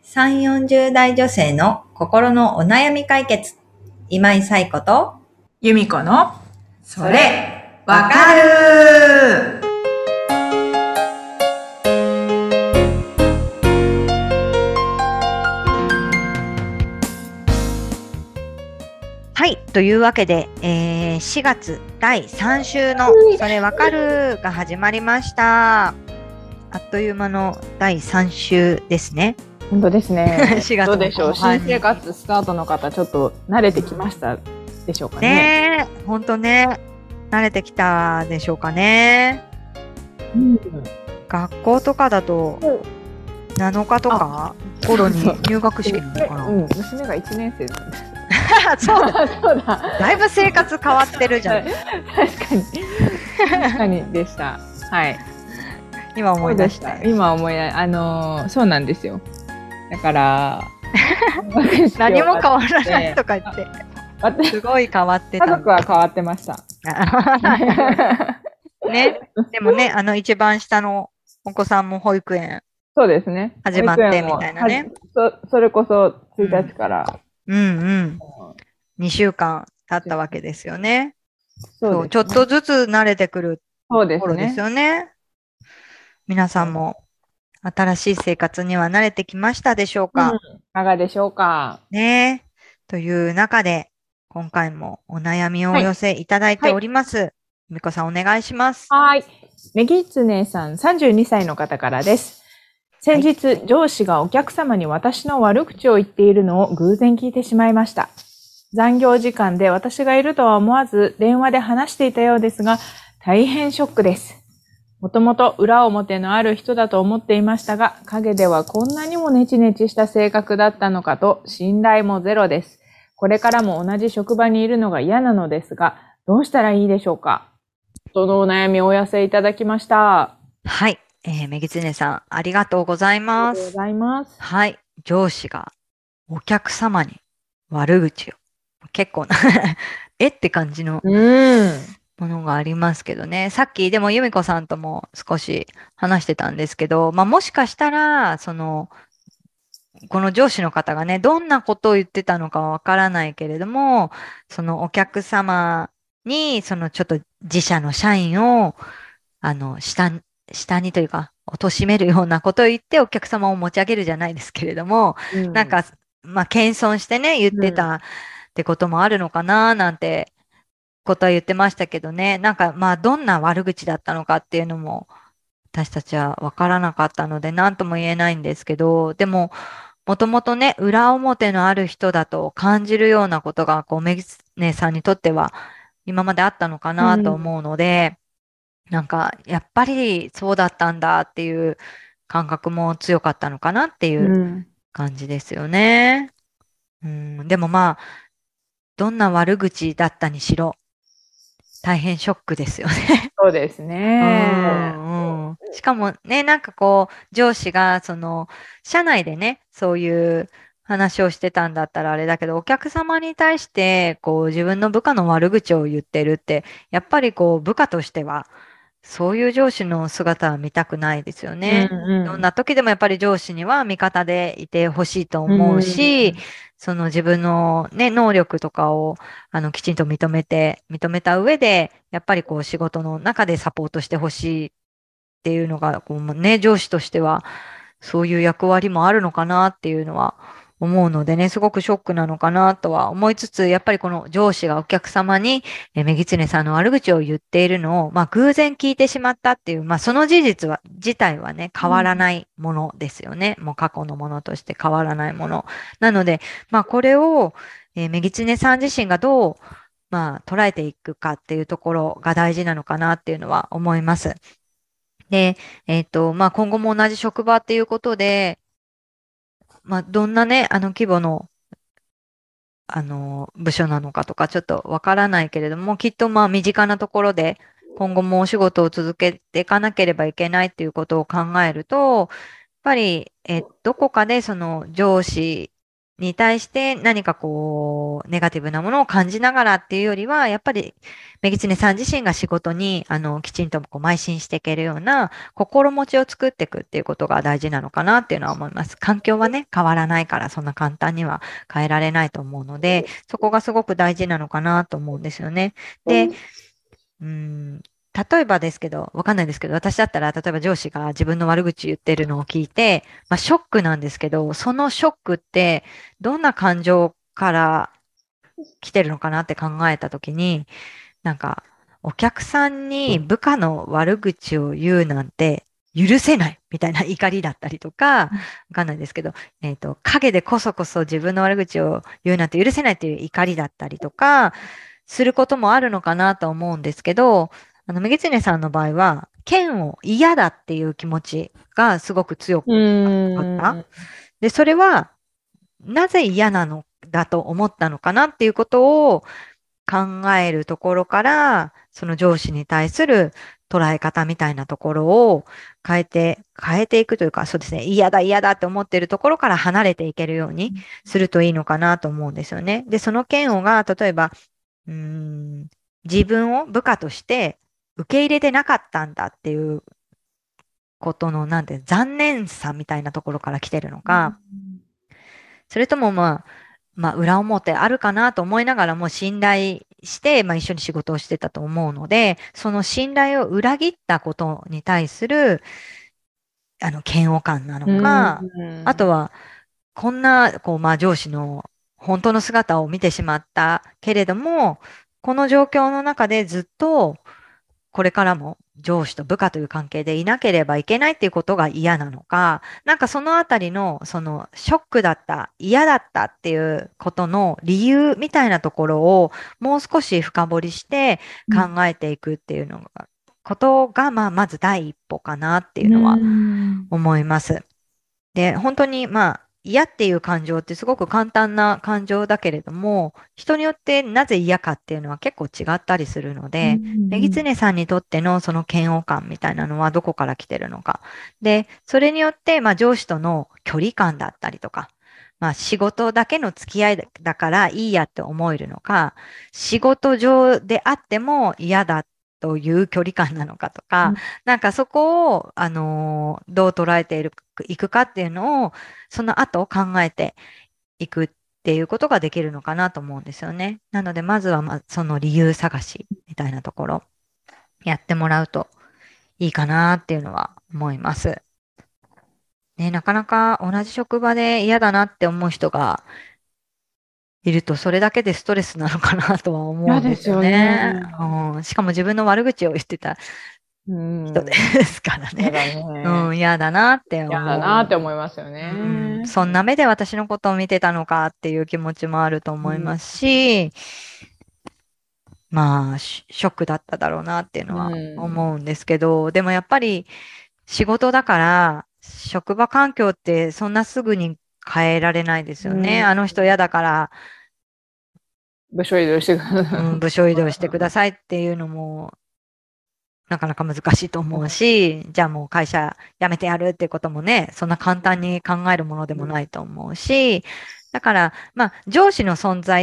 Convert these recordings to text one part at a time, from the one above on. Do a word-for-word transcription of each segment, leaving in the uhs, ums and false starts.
さんじゅう、よんじゅう代女性の心のお悩み解決。今井冴子と由美子のそれわかる。 はい。というわけで、えー、しがつだいさん週のそれわかるが始まりました。あっという間のだいさん週ですね。 本当ですね。 しがつのどうでしょう。 後半に新生活スタートの方、ちょっと慣れてきましたでしょうかね。 ねえ、ほんとね。慣れてきたでしょうかね。 うん、 学校とかだとなのかとか頃に入学式なのかな。 うん、娘がいちねん生なんです。 そうだ。 そうだ。 だいぶ生活変わってるじゃん。 はい、確かに。確かにでした。はい。 今思い出した。 今思い出あのー、そうなんですよ。だから何も変わらないとか言ってすごい変わってた。 家族は変わってました。 ね、でもね、あの一番下のお子さんも保育園そうですね。 始まってみたいなね。 そ, それこそついたちから、 うん、うんうんにしゅうかん経ったわけですよね。 そうですね。 そう、ちょっとずつ慣れてくるそうですね。 頃ですよね。皆さんも新しい生活には慣れてきましたでしょうか。 うん、いかがでしょうか。 ね。という中で、今回もお悩みをお寄せいただいております。はいはい、みこさんお願いします。 はい。めぎつねさん、さんじゅうにさいの方からです。先日、はい、上司がお客様に私の悪口を言っているのを偶然聞いてしまいました。残業時間で私がいるとは思わず電話で話していたようですが、大変ショックです。もともと裏表のある人だと思っていましたが、陰ではこんなにもネチネチした性格だったのかと信頼もゼロです。これからも同じ職場にいるのが嫌なのですが、どうしたらいいでしょうか。そのお悩みをお寄せいただきました。 はい。えー、めぎつねさん、ありがとうございます。 ありがとうございます。 はい。上司がお客様に悪口を。結構な、えって感じのものがありますけどね。さっきでも由美子さんとも少し話してたんですけど、まあもしかしたら、その、この上司の方がね、どんなことを言ってたのかわからないけれども、そのお客様に、そのちょっと自社の社員を、あの、下、下にというか、貶めるようなことを言ってお客様を持ち上げるじゃないですけれども、うん、なんか、まあ、謙遜してね、言ってたってこともあるのかな、なんてことは言ってましたけどね。なんか、まあ、どんな悪口だったのかっていうのも、私たちはわからなかったので、何とも言えないんですけど、でも、もともとね、裏表のある人だと感じるようなことが、こう、めぎつねさんにとっては、今まであったのかなと思うので、うん、なんか、やっぱりそうだったんだっていう感覚も強かったのかなっていう感じですよね。うん、でもまあ、どんな悪口だったにしろ、大変ショックですよね。 そうですね。 うんうん、しかもね、なんかこう、上司が、その、社内でね、そういう話をしてたんだったらあれだけど、お客様に対して、こう、自分の部下の悪口を言ってるって、やっぱりこう、部下としては、そういう上司の姿は見たくないですよね。うんうん、どんな時でもやっぱり上司には味方でいてほしいと思うし、うん、その自分のね、能力とかを、あの、きちんと認めて、認めた上で、やっぱりこう仕事の中でサポートしてほしいっていうのが、こうね、上司としては、そういう役割もあるのかなっていうのは思うのでね、すごくショックなのかなとは思いつつ、やっぱりこの上司がお客様に、え、めぎつねさんの悪口を言っているのを、まあ偶然聞いてしまったっていう、まあその事実は、自体はね、変わらないものですよね。うん、もう過去のものとして変わらないもの。なので、まあこれを、えー、めぎつねさん自身がどう、まあ捉えていくかっていうところが大事なのかなっていうのは思います。で、えっと、まあ今後も同じ職場っていうことで、まあ、どんなね、あの規模の、あの、部署なのかとかちょっとわからないけれども、きっとまあ身近なところで今後もお仕事を続けていかなければいけないっていうことを考えると、やっぱり、え、どこかでその上司に対して何かこう、ネガティブなものを感じながらっていうよりは、やっぱり、メギツネさん自身が仕事に、あの、きちんとこう邁進していけるような心持ちを作っていくっていうことが大事なのかなっていうのは思います。環境はね、変わらないから、そんな簡単には変えられないと思うので、そこがすごく大事なのかなと思うんですよね。で、うん、例えばですけど、わかんないですけど、私だったら、例えば上司が自分の悪口言ってるのを聞いて、まあ、ショックなんですけど、そのショックって、どんな感情から来てるのかなって考えたときに、なんか、お客さんに部下の悪口を言うなんて許せないみたいな怒りだったりとか、わかんないですけど、えっと、陰でこそこそ自分の悪口を言うなんて許せないっていう怒りだったりとか、することもあるのかなと思うんですけど、あの、メゲツネさんの場合は、剣を嫌だっていう気持ちがすごく強うーかった。 ん。 で、それは、なぜ嫌なのだと思ったのかなっていうことを考えるところから、その上司に対する捉え方みたいなところを変えて、変えていくというか、そうですね、嫌だ嫌だって思っているところから離れていけるようにするといいのかなと思うんですよね。で、その嫌悪が、例えば、うーん、自分を部下として受け入れてなかったんだっていうことの、なんて、残念さみたいなところから来てるのか、それともまあ、まあ、裏表あるかなと思いながらも信頼して、まあ、一緒に仕事をしてたと思うので、その信頼を裏切ったことに対する、あの、嫌悪感なのうか、あとん。 は、こんな、こう、まあ、上司の本当の姿を見てしまったけれども、この状況の中でずっと、これからも上司と部下という関係でいなければいけないっていうことが嫌なのか、なんかそのあたりの、そのショックだった、嫌だったっていうことの理由みたいなところをもう少し深掘りして考えていくっていうのが、ことが、まあ、まず第一歩かなっていううのはん。 思います。で、本当に、まあ、嫌っていう感情ってすごく簡単な感情だけれども、人によってなぜ嫌かっていうのは結構違ったりするのうで、メギツん。 ネさんにとってのその嫌悪感みたいなのはどこから来てるのか。で、それによって、まあ、上司との距離感だったりとか、まあ、仕事だけの付き合いだだからいいやって思えるのか、仕事上であっても嫌だという距離感なのかとか、なんかそこを、あのーどう捉えている、いくかっていうのを、その後考えていくっていうことができるのかなと思うんですよね。なので、まずは、ま、その理由探しみたいなところ、やってもらうといいかなっていうのは思います。ね、なかなか同じ職場で嫌だなって思う人がいると、それだけでストレスなのかなとは思うんですよ嫌ですよね。 ね。 うん、しかも自分の悪口を言ってたう人でん。 すからね。 嫌だうん、 ね。 嫌だなって嫌だなって思う。 思いますようん、 ね。 そんな目で私のことを見てたのかっていう気持ちもあるとうん。 思いますし、まあ、シショックだっただろうなっていうのうはん。 思うんですけど、でもやっぱり仕事だから、職場環境ってそんなすぐに変えられないですよね。 うん。 あの人嫌だから、 部署移動してくださうん、部署移動してくださいっていうのもなかなか難しいと思うし、じゃあもう会社辞めてやるっていうこともね、そんな簡単に考えるものでもないと思うし、だから、まあ、上司の存在って、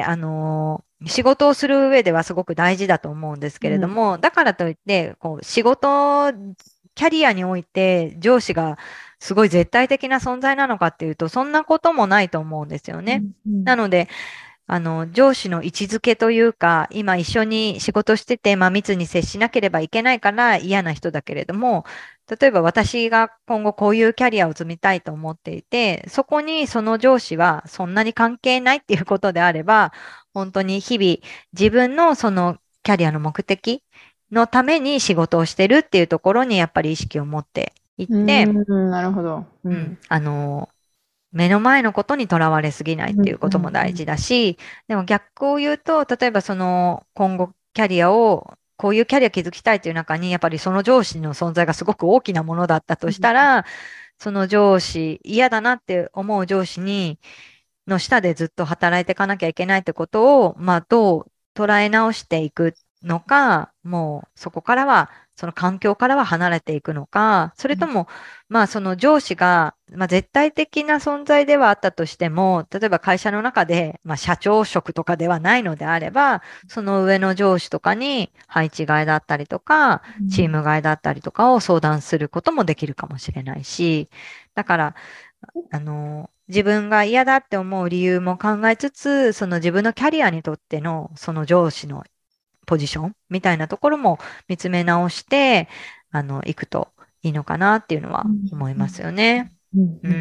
あのー仕事をする上ではすごく大事だと思うんですけれうん。 ども、だからといって、こう、仕事、キャリアにおいて上司がすごい絶対的な存在なのかっていうと、そんなこともないと思うんですよね。 うん。うん。 なので、あの、上司の位置づけというか、今一緒に仕事してて、まあ密に接しなければいけないから嫌な人だけれども、例えば私が今後こういうキャリアを積みたいと思っていて、そこにその上司はそんなに関係ないっていうことであれば、本当に日々自分のそのキャリアの目的のために仕事をしてるっていうところにやっぱり意識を持っていっうて、 ん。なるほど。ううん、 ん。 あの、目の前のことにとらわれすぎないっうん。 ていうこともうん。 大事だし、でも逆を言うと、例えばその今後キャリアを、こういうキャリア築きたいという中に、やっぱりその上司の存在がすごく大きなものだったとしたら、その上司、嫌だなって思う上司に、の下でずっと働いていかなきゃいけないってことを、まあどう捉え直していくのか、もうそこからは、その環境からは離れていくのか、それとも、まあその上司が、まあ絶対的な存在ではあったとしても、例えば会社の中で、まあ社長職とかではないのであれば、その上の上司とかに配置換えだったりとか、チーム替えだったりとかを相談することもできるかもしれないし、だから、あの、自分が嫌だって思う理由も考えつつ、その自分のキャリアにとってのその上司のポジションみたいなところも見つめ直して、あの、行くといいのかなっていうのは思いますよね。 うんうん。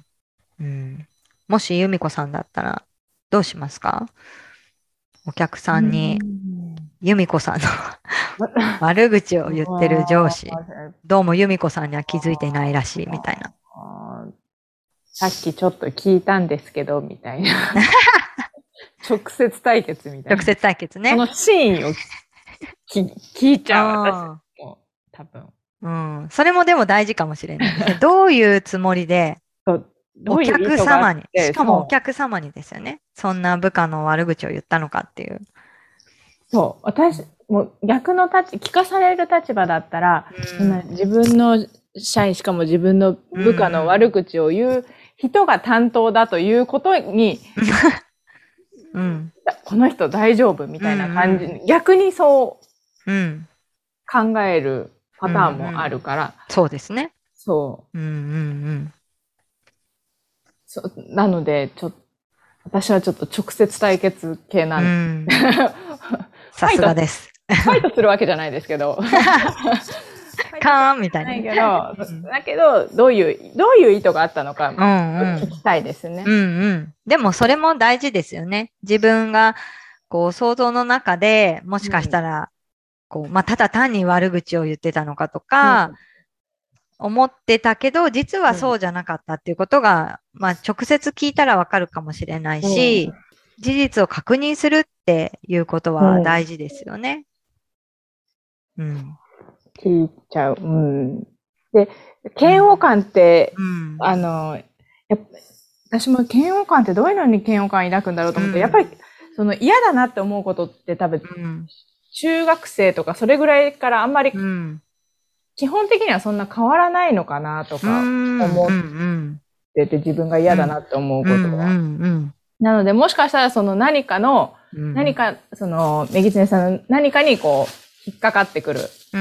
うん。もし由美子さんだったらどうしますか？お客さんに由美子さんの悪口を言ってる上司、どうも由美子さんには気づいていないらしいみたいな。 さっきちょっと聞いたんですけど、みたいな。直接対決みたいな。 直接対決ね。 そのシーンを聞いちゃう。私も多分。 うん。それもでも大事かもしれない。どういうつもりで、お客様に、しかもお客様にですよね。そんな部下の悪口を言ったのかっていう。 そう。私、もう逆の立ち、聞かされる立場だったら、うん、自分の社員、しかも自分の部下の悪口を言う人が担当だということに、うん、この人大丈夫みたいな感じ、うん、逆にそう考えるパターンもあるから。うんうん、 そうですね。 そう。 うんうんうん、 そうなので、ちょっと、私はちょっと直接対決系なんで。 さすがです。 ファイトするわけじゃないですけど。 カーンみたいな。 ないけど、だけど、どういう、どういう意図があったのか、聞きたいですね。 うんうん。でも、それも大事ですよね。自分が、こう、想像の中でもしかしたら、こう、まあ、ただ単に悪口を言ってたのかとか、思ってたけど、実はそうじゃなかったっていうことが、まあ、直接聞いたらわかるかもしれないし、事実を確認するっていうことは大事ですよね。うん。 聞いちゃう。うん。で、嫌悪感って、うん、あの、やっぱ私も嫌悪感ってどういうのに嫌悪感抱くんだろうと思って、うん、やっぱりその嫌だなって思うことって多分、うん、中学生とかそれぐらいからあんまり、うん、基本的にはそんな変わらないのかなとか思ってて、自分が嫌だなって思うことが。なので、もしかしたらその何かの、うん、何か、その、めぎつねさんの何かにこう、引っかかってくる。うん、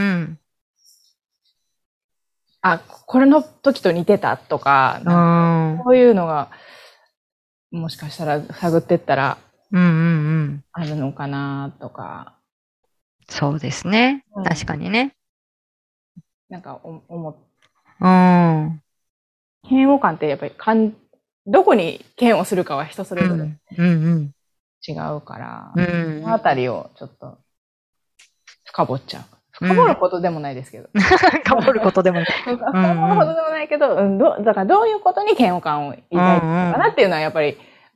あ、これの時と似てたとか、なんかそういうのが、もしかしたら探ってったら、うんうんうん、あるのかなとか。 そうですね。うん、確かにね。 なんか思っ、うん。嫌悪感ってやっぱりかん、どこに嫌悪するかは人それぞれ違うから、うんうん、そのあたりをちょっと深掘っちゃう。深掘ることでもないですけど。 深掘ることでもない。 深掘ることでもないけど、うん、どだからどういうことに嫌悪感を抱いてるのかなっていうのはやっぱり、うん、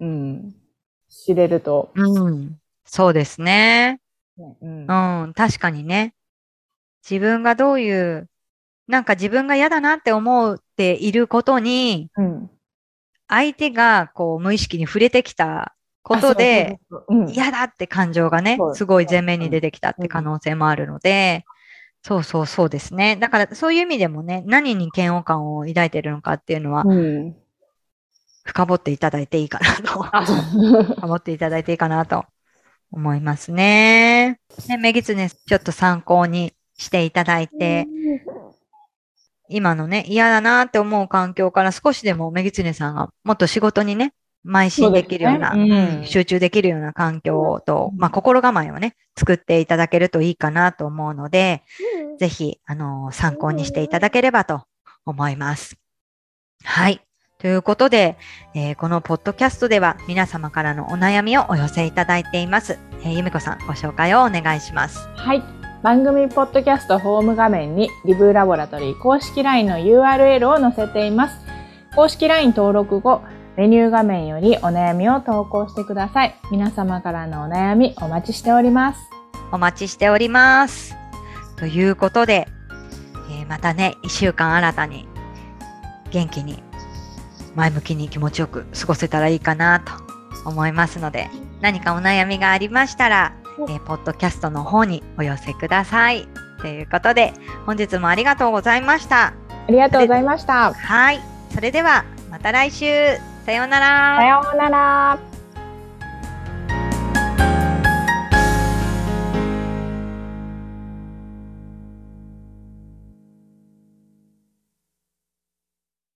知れると、 うん。そうですね。うん、うん、確かにね。自分がどういう、なんか自分が嫌だなって思っていることに、うん、相手がこう無意識に触れてきたことで、嫌だって感情がね、すごい前面に出てきたって可能性もあるので、そうそうそうですね。だからそういう意味でもね、何に嫌悪感を抱いているのかっていうのは、深掘っていただいていいかなと。深掘っていただいていいかなと思いますね。ね、めぎつね、ちょっと参考にしていただいて、今のね、嫌だなって思う環境から少しでもめぎつねさんがもっと仕事にね、邁進できるような、うねうん、集中できるような環境と、まあ、心構えをね、作っていただけるといいかなと思うので、うん、ぜひ、あのー、参考にしていただければと思います。はい。ということで、えー、このポッドキャストでは皆様からのお悩みをお寄せいただいています。えー、ゆみこさん、ご紹介をお願いします。 はい。番組ポッドキャストホーム画面にリブラボラトリー公式 ライン の ユーアールエル を載せています。公式 ライン 登録後、メニュー画面よりお悩みを投稿してください。皆様からのお悩みお待ちしております。 お待ちしております。ということで、えー、またね、いっしゅうかん新たに元気に前向きに気持ちよく過ごせたらいいかなと思いますので、何かお悩みがありましたら、 えーポッドキャストの方にお寄せください。ということで、本日もありがとうございました。 ありがとうございました。 はい。それでは、また来週。さようなら。 さようなら。